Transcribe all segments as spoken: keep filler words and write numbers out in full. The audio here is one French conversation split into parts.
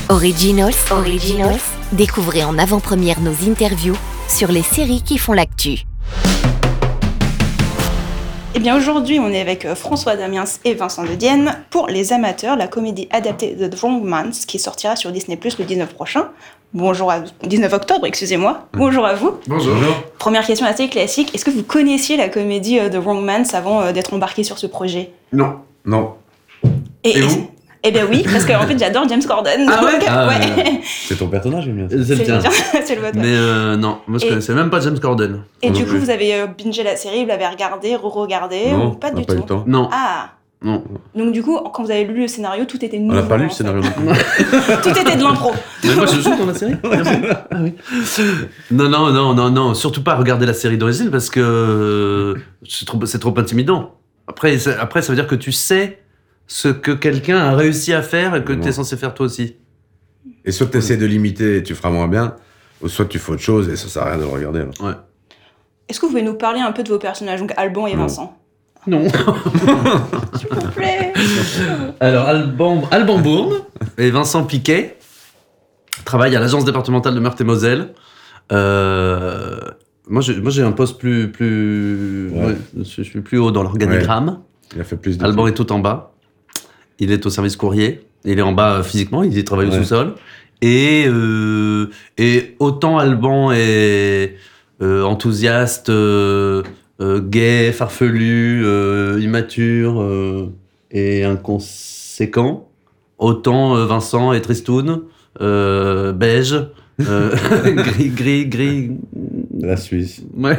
Originals, Originals, découvrez en avant-première nos interviews sur les séries qui font l'actu. Eh bien aujourd'hui, on est avec François Damiens et Vincent De Dienne pour Les Amateurs, la comédie adaptée de The Wrongmans qui sortira sur Disney plus, le dix-neuf prochain. Bonjour à dix-neuf octobre, excusez-moi. Bonjour à vous. Bonjour. Première question assez classique. Est-ce que vous connaissiez la comédie The Wrongmans avant d'être embarqué sur ce projet ? Non. Non. Et, et vous ? Eh bien oui, parce qu'en fait j'adore James Corden. Ah ouais, ah, ouais. C'est ton personnage, j'aime bien. C'est le tien. C'est le vôtre. Mais euh, non, moi je et, connaissais même pas James Corden. Et du coup, plus. Vous avez euh, bingé la série, vous l'avez regardé, re-regardé Non, ou pas du pas tout eu le temps. Non. Ah. Non. Donc du coup, quand vous avez lu le scénario, tout était nouveau. On n'a pas lu le fait. scénario non plus. Tout était de l'impro. Mais moi je joue dans la série. Ah oui. Non, non, non, non, non, surtout pas regarder la série d'origine parce que c'est trop, c'est trop intimidant. Après, après, ça veut dire que tu sais ce que quelqu'un a réussi à faire et que tu es censé faire toi aussi. Et soit tu essaies de l'imiter et tu feras moins bien, ou soit tu fais autre chose et ça sert à rien de le regarder. Alors. Ouais. Est-ce que vous pouvez nous parler un peu de vos personnages, donc Alban et non. Vincent ? Non. S'il vous plaît. Alors, Alban, Alban Bourne et Vincent Piquet travaillent à l'agence départementale de Meurthe-et-Moselle. Euh, moi, j'ai, moi, j'ai un poste plus... plus ouais. Ouais, je suis plus haut dans l'organigramme. Ouais. Il a fait plus de Alban trucs. est tout en bas. Il est au service courrier. Il est en bas euh, physiquement, il travaille ouais. au sous-sol. Et, euh, et autant Alban est euh, enthousiaste, euh, euh, gai, farfelu, euh, immature euh, et inconséquent, autant euh, Vincent est tristoun, euh, beige, euh, gris, gris, gris. La Suisse. Ouais.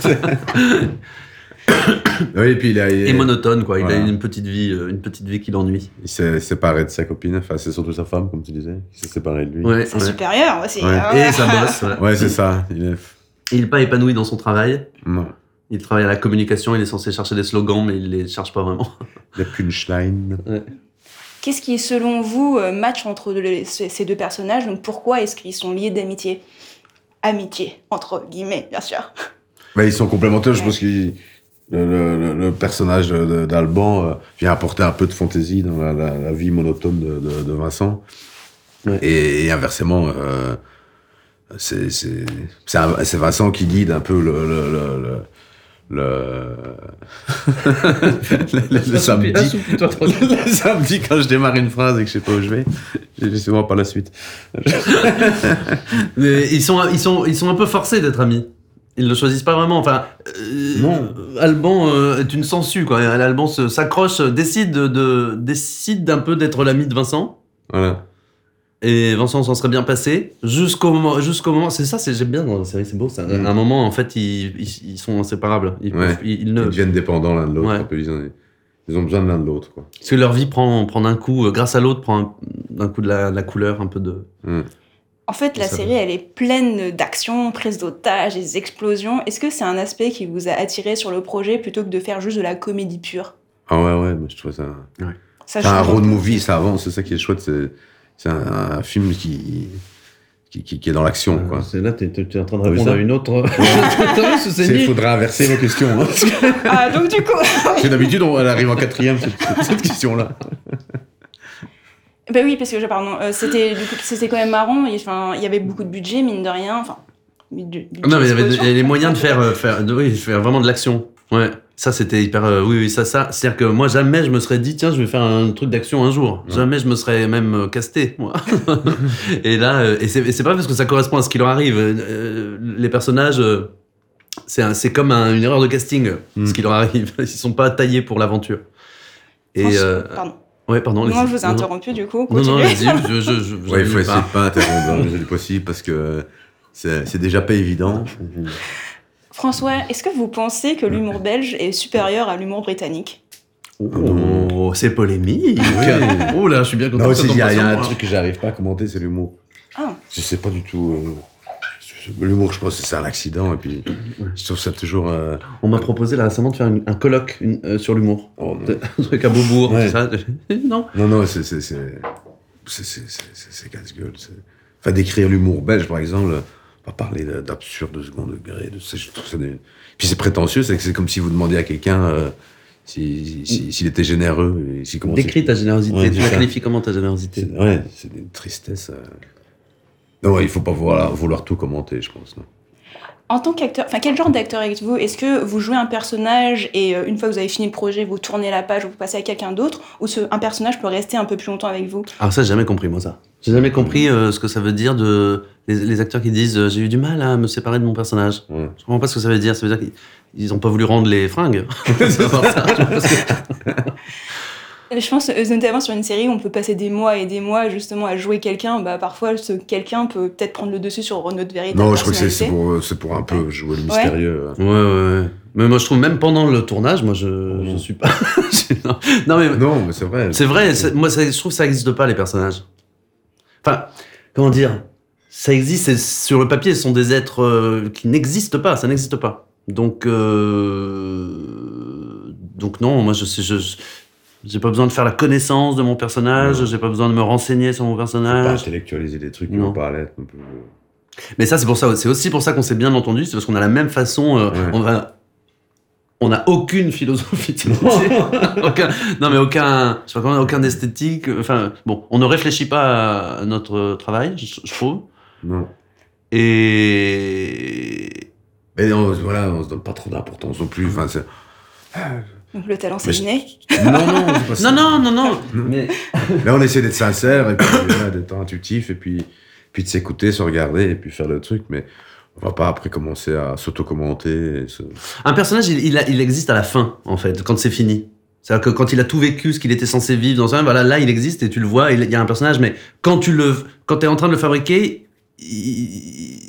Oui, et puis il a, il est... Et monotone, quoi. Il voilà. a une petite vie, une petite vie qui l'ennuie. Il s'est séparé de sa copine, enfin c'est surtout sa femme, comme tu disais, qui s'est séparé de lui. Ouais, sa ouais. supérieure aussi. Ouais. Et sa bosse. Ouais, ouais c'est ça. Il est... Il n'est pas épanoui dans son travail. Non. Il travaille à la communication, il est censé chercher des slogans, mais il les cherche pas vraiment. La punchline. Ouais. Qu'est-ce qui, selon vous, match entre le, ces deux personnages ? Donc pourquoi est-ce qu'ils sont liés d'amitié ? Amitié, entre guillemets, bien sûr. Bah, ils sont complémentaires, ouais. Je pense que le, le, le personnage de, d'Alban euh, vient apporter un peu de fantaisie dans la, la, la vie monotone de, de, de Vincent. Ouais. Et, et inversement, euh, c'est, c'est, c'est, un, c'est Vincent qui guide un peu le... le, le, le Le... le, le, le samedi. Le samedi, quand je démarre une phrase et que je sais pas où je vais, j'ai souvent pas la suite. Mais ils sont, ils sont, ils sont un peu forcés d'être amis. Ils le choisissent pas vraiment. Enfin, euh, non. Alban euh, est une sangsue, quoi. Alban se, s'accroche, décide de, de, décide d'un peu d'être l'ami de Vincent. Voilà. Et Vincent s'en serait bien passé jusqu'au moment, jusqu'au moment. C'est ça, c'est, j'aime bien dans la série, c'est beau. C'est mmh. un moment, en fait, ils, ils, ils sont inséparables. Ils, ouais. peuvent, ils, ils, ne... ils deviennent dépendants l'un de l'autre. Ouais. Un peu, ils, ont, ils ont besoin de l'un de l'autre, quoi. Parce que leur vie prend, prend d'un coup, grâce à l'autre, prend un, d'un coup de la, de la couleur, un peu de. Mmh. En fait, la série, elle est pleine d'actions, prises d'otages, des explosions. Est-ce que c'est un aspect qui vous a attiré sur le projet plutôt que de faire juste de la comédie pure ? Ah ouais, ouais, mais je trouve ça... Ouais. ça c'est un road movie, ça avance, c'est ça qui est chouette, c'est, c'est un, un film qui... Qui, qui, qui est dans l'action, quoi. C'est là, tu es en train de répondre à une autre... Il faudrait inverser vos questions. Hein. Ah, donc du coup... C'est d'habitude, on, elle arrive en quatrième, cette, cette question-là. Ben oui, parce que, pardon, euh, c'était, du coup, c'était quand même marrant, il y, y avait beaucoup de budget, mine de rien, enfin... Du, du non, mais il y avait, il y avait les moyens de faire, euh, faire, de, oui, faire vraiment de l'action. Ouais, ça c'était hyper... Euh, oui, oui, ça, ça. C'est-à-dire que moi, jamais je me serais dit, tiens, je vais faire un truc d'action un jour. Ouais. Jamais je me serais même euh, casté, moi. Et là, euh, et, c'est, et c'est pas parce que ça correspond à ce qui leur arrive. Euh, les personnages, euh, c'est, un, c'est comme un, une erreur de casting, mm. ce qui leur arrive. Ils sont pas taillés pour l'aventure. Et... Euh, pardon. Ouais, pardon. Non, je vous ai interrompu, du coup. Non, non, vas-y, je... je, je, je ouais, il faut essayer de pas interrompre dans le jeu du possible, parce que c'est, c'est déjà pas évident. François, est-ce que vous pensez que l'humour belge est supérieur à l'humour britannique ? Oh, oh, c'est polémique. Oui. Oh là, je suis bien content. Non, il y a, y a un truc que j'arrive pas à commenter, c'est l'humour. Ah. Je sais pas du tout... Euh... L'humour, je pense que c'est un accident, et puis je trouve ça toujours... Euh... On m'a proposé là récemment de faire une, un colloque une, euh, sur l'humour. Oh, un truc à Beaubourg, ouais. ça. Non. Non, non, c'est, c'est, c'est, c'est, c'est, c'est, c'est, c'est casse-gueule. C'est... Enfin, d'écrire l'humour belge, par exemple, on va parler d'absurde, de second degré, de ça, je trouve ça des... Puis c'est prétentieux, c'est que c'est comme si vous demandiez à quelqu'un... Euh, si, si, s'il était généreux. Et si commençait... Décris ta générosité, Ouais, tu c'est la ça. qualifies comment ta générosité? C'est, ouais, c'est une tristesse. euh. Non, il faut pas vouloir, vouloir tout commenter, je pense. Non. En tant qu'acteur, enfin, quel genre d'acteur êtes-vous? Est-ce que vous jouez un personnage et euh, une fois que vous avez fini le projet, vous tournez la page ou vous passez à quelqu'un d'autre, ou ce, un personnage peut rester un peu plus longtemps avec vous? Alors ça, j'ai jamais compris, moi, ça. J'ai jamais compris euh, ce que ça veut dire de... Les, les acteurs qui disent euh, « j'ai eu du mal à me séparer de mon personnage Ouais. ». Je comprends pas ce que ça veut dire. Ça veut dire qu'ils ont pas voulu rendre les fringues. C'est pas ça. Parce que- Je pense euh, notamment sur une série où on peut passer des mois et des mois justement à jouer quelqu'un. Bah, parfois, ce quelqu'un peut peut-être prendre le dessus sur notre véritable Non, je crois que c'est, c'est, personnalité. pour, c'est pour un peu jouer le mystérieux. Ouais, ouais, ouais. Mais moi, je trouve, même pendant le tournage, moi, je, Mmh. je suis pas... non, non, mais... Non, mais c'est vrai. C'est vrai, c'est- moi ça- je trouve que ça n'existe pas les personnages. Enfin, comment dire? Ça existe, c'est- sur le papier, ce sont des êtres euh, qui n'existent pas, ça n'existe pas. Donc, euh, donc non, moi je sais, je, je- j'ai pas besoin de faire la connaissance de mon personnage, Non. j'ai pas besoin de me renseigner sur mon Faut pas personnage. intellectualiser des trucs qui Non. vont pas l'être. non plus. Mais ça, c'est pour ça, c'est aussi pour ça qu'on s'est bien entendu, c'est parce qu'on a la même façon, euh, Ouais. on va. On n'a aucune philosophie, tu sais. aucun, non mais aucun, je sais pas comment, aucun esthétique. Enfin bon, on ne réfléchit pas à notre travail, je, je trouve. Non. Et Mais on, voilà, on se donne pas trop d'importance non plus. Enfin, c'est... Donc le talent, c'est Mais je- inné. Non, non, c'est pas ça. non, non, non, non. Mais Là, on essaie d'être sincère et puis voilà, d'être intuitif et puis, puis de s'écouter, se regarder et puis faire le truc. Mais on va pas après commencer à s'auto-commenter. et se- un personnage, il, il, a- il existe à la fin, en fait, quand c'est fini. C'est-à-dire que quand il a tout vécu, ce qu'il était censé vivre dans un, voilà, là, il existe et tu le vois, il il y a un personnage. Mais quand tu le, quand t'es en train de le fabriquer, il,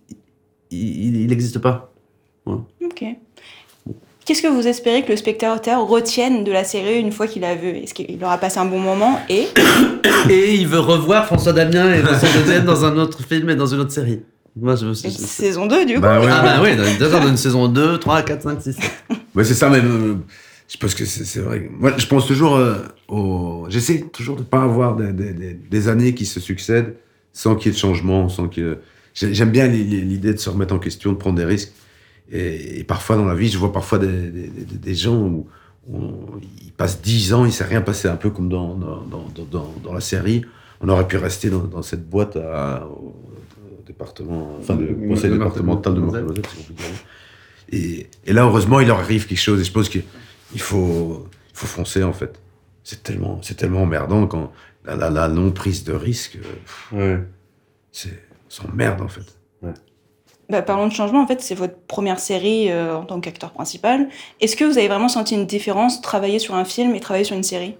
il, il existe pas. Ok. Qu'est-ce que vous espérez que le spectateur retienne de la série une fois qu'il l'a vu? Est-ce qu'il aura passé un bon moment et Et il veut revoir François Damien et Vincent Deuxième dans un autre film et dans une autre série. Moi, je, je- je- saison deux du coup? Bah ouais, Ah ouais. bah oui, dans, dans une saison deux, trois, quatre, cinq, six, sept. Ouais, c'est ça, mais euh, je pense que c'est, c'est vrai. Moi, je pense toujours euh, au. J'essaie toujours de pas avoir des, des, des, des années qui se succèdent sans qu'il y ait de changement, sans que. J'ai- J'aime bien l'i- l'idée de se remettre en question, de prendre des risques. Et, et parfois dans la vie, je vois parfois des, des, des, des gens où, où ils passent dix ans, il s'est rien passé, un peu comme dans, dans, dans, dans, dans la série. On aurait pu rester dans, dans cette boîte à, au, au département, enfin, le le- conseil le- départemental de le- Meurthe-et-Moselle, c'est compliqué. Et, et là, heureusement, il leur arrive quelque chose. Et je pense qu'il faut, il faut foncer, en fait. C'est tellement, c'est tellement emmerdant quand la, la, la non-prise de risque, euh, Ouais. c'est, on s'emmerde, en fait. Bah, parlons de changement, en fait, c'est votre première série euh, en tant qu'acteur principal. Est-ce que vous avez vraiment senti une différence, travailler sur un film et travailler sur une série?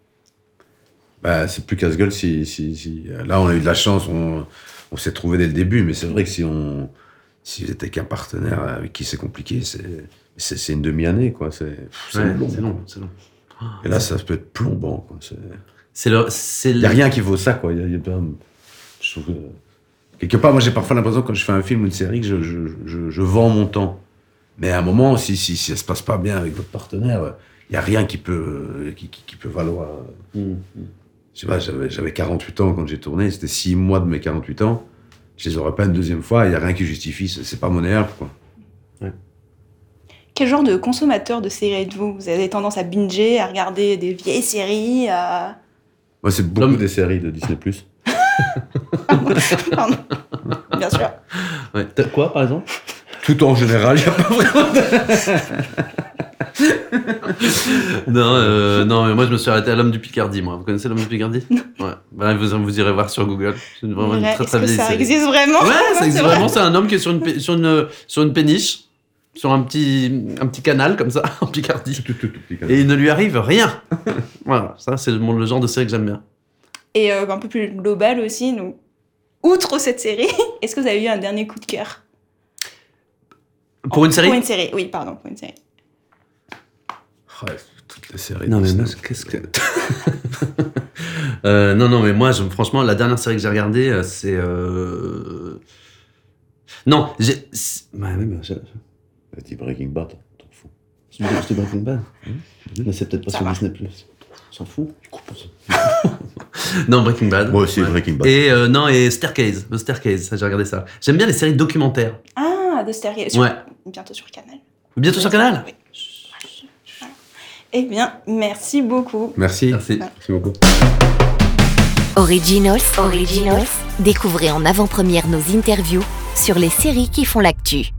Bah, c'est plus casse-gueule si, si, si. Là, on a eu de la chance, on, on s'est trouvé dès le début, mais c'est vrai que si on. Si vous êtes avec un partenaire avec qui c'est compliqué, c'est, c'est, c'est une demi-année, quoi. C'est, c'est Ouais, long. c'est long, c'est long. Et là, ça peut être plombant, quoi. C'est... C'est le, c'est Il n'y a le- rien qui vaut ça, quoi. Y a, y a pas... Je trouve que... Quelque part, moi, j'ai parfois l'impression, quand je fais un film ou une série, que je, je, je, je vends mon temps. Mais à un moment, si, si, si ça se passe pas bien avec votre partenaire, il n'y a rien qui peut, qui, qui, qui peut valoir. Mmh, mmh. Je sais pas, j'avais, j'avais quarante-huit ans quand j'ai tourné, c'était six mois de mes quarante-huit ans. Je les aurais pas une deuxième fois, il n'y a rien qui justifie, c'est, c'est pas monnaie, quoi. Quel genre de consommateur de séries êtes-vous? Vous avez tendance à binger, à regarder des vieilles séries, à... Moi, c'est beaucoup L'homme- des séries de Disney+. Pardon. Bien sûr. Ouais. T'as quoi, par exemple? Tout en général, il n'y a pas vraiment de... Non, euh, non, mais moi je me suis arrêté à l'homme du Picardie, moi. Vous connaissez l'homme du Picardie? Ouais. Bah, vous, vous irez voir sur Google. C'est une- vraiment une Ouais, très est-ce très que vieille ça série. existe vraiment? Ouais, ça existe C'est vrai. vraiment. C'est un homme qui est sur une, pé- sur une, sur une péniche, sur un petit, un petit canal comme ça, en Picardie. Tout, tout, tout petit Et il ne lui arrive rien. Voilà, ça c'est le, le genre de série que j'aime bien. Et euh, un peu plus global aussi, donc, outre cette série, est-ce que vous avez eu un dernier coup de cœur? Pour une série Pour une série, oui, pardon, pour une série. Ouais, toutes les séries. Non, mais Disney. moi, qu'est-ce que. euh, non, non, mais moi, je- franchement, la dernière série que j'ai regardée, euh, c'est. Euh... Non, j'ai. c'est- Ouais, ouais, mais j'ai- Elle dit Breaking Bad, t'en fous. C'est c'est Breaking Bad. Mais c'est peut-être pas Ça sur va. Disney Plus. On s'en fout. Non, Breaking Bad. Moi aussi, Ouais. Breaking Bad. Et euh, non, et Staircase. The Staircase, ça, j'ai regardé ça. J'aime bien les séries documentaires. Ah, The Staircase. sur- Ouais. Bientôt sur Canal. Bientôt sur Canal Oui. Eh bien, merci beaucoup. Merci. Merci. Merci beaucoup. Originals, Originals, découvrez en avant-première nos interviews sur les séries qui font l'actu.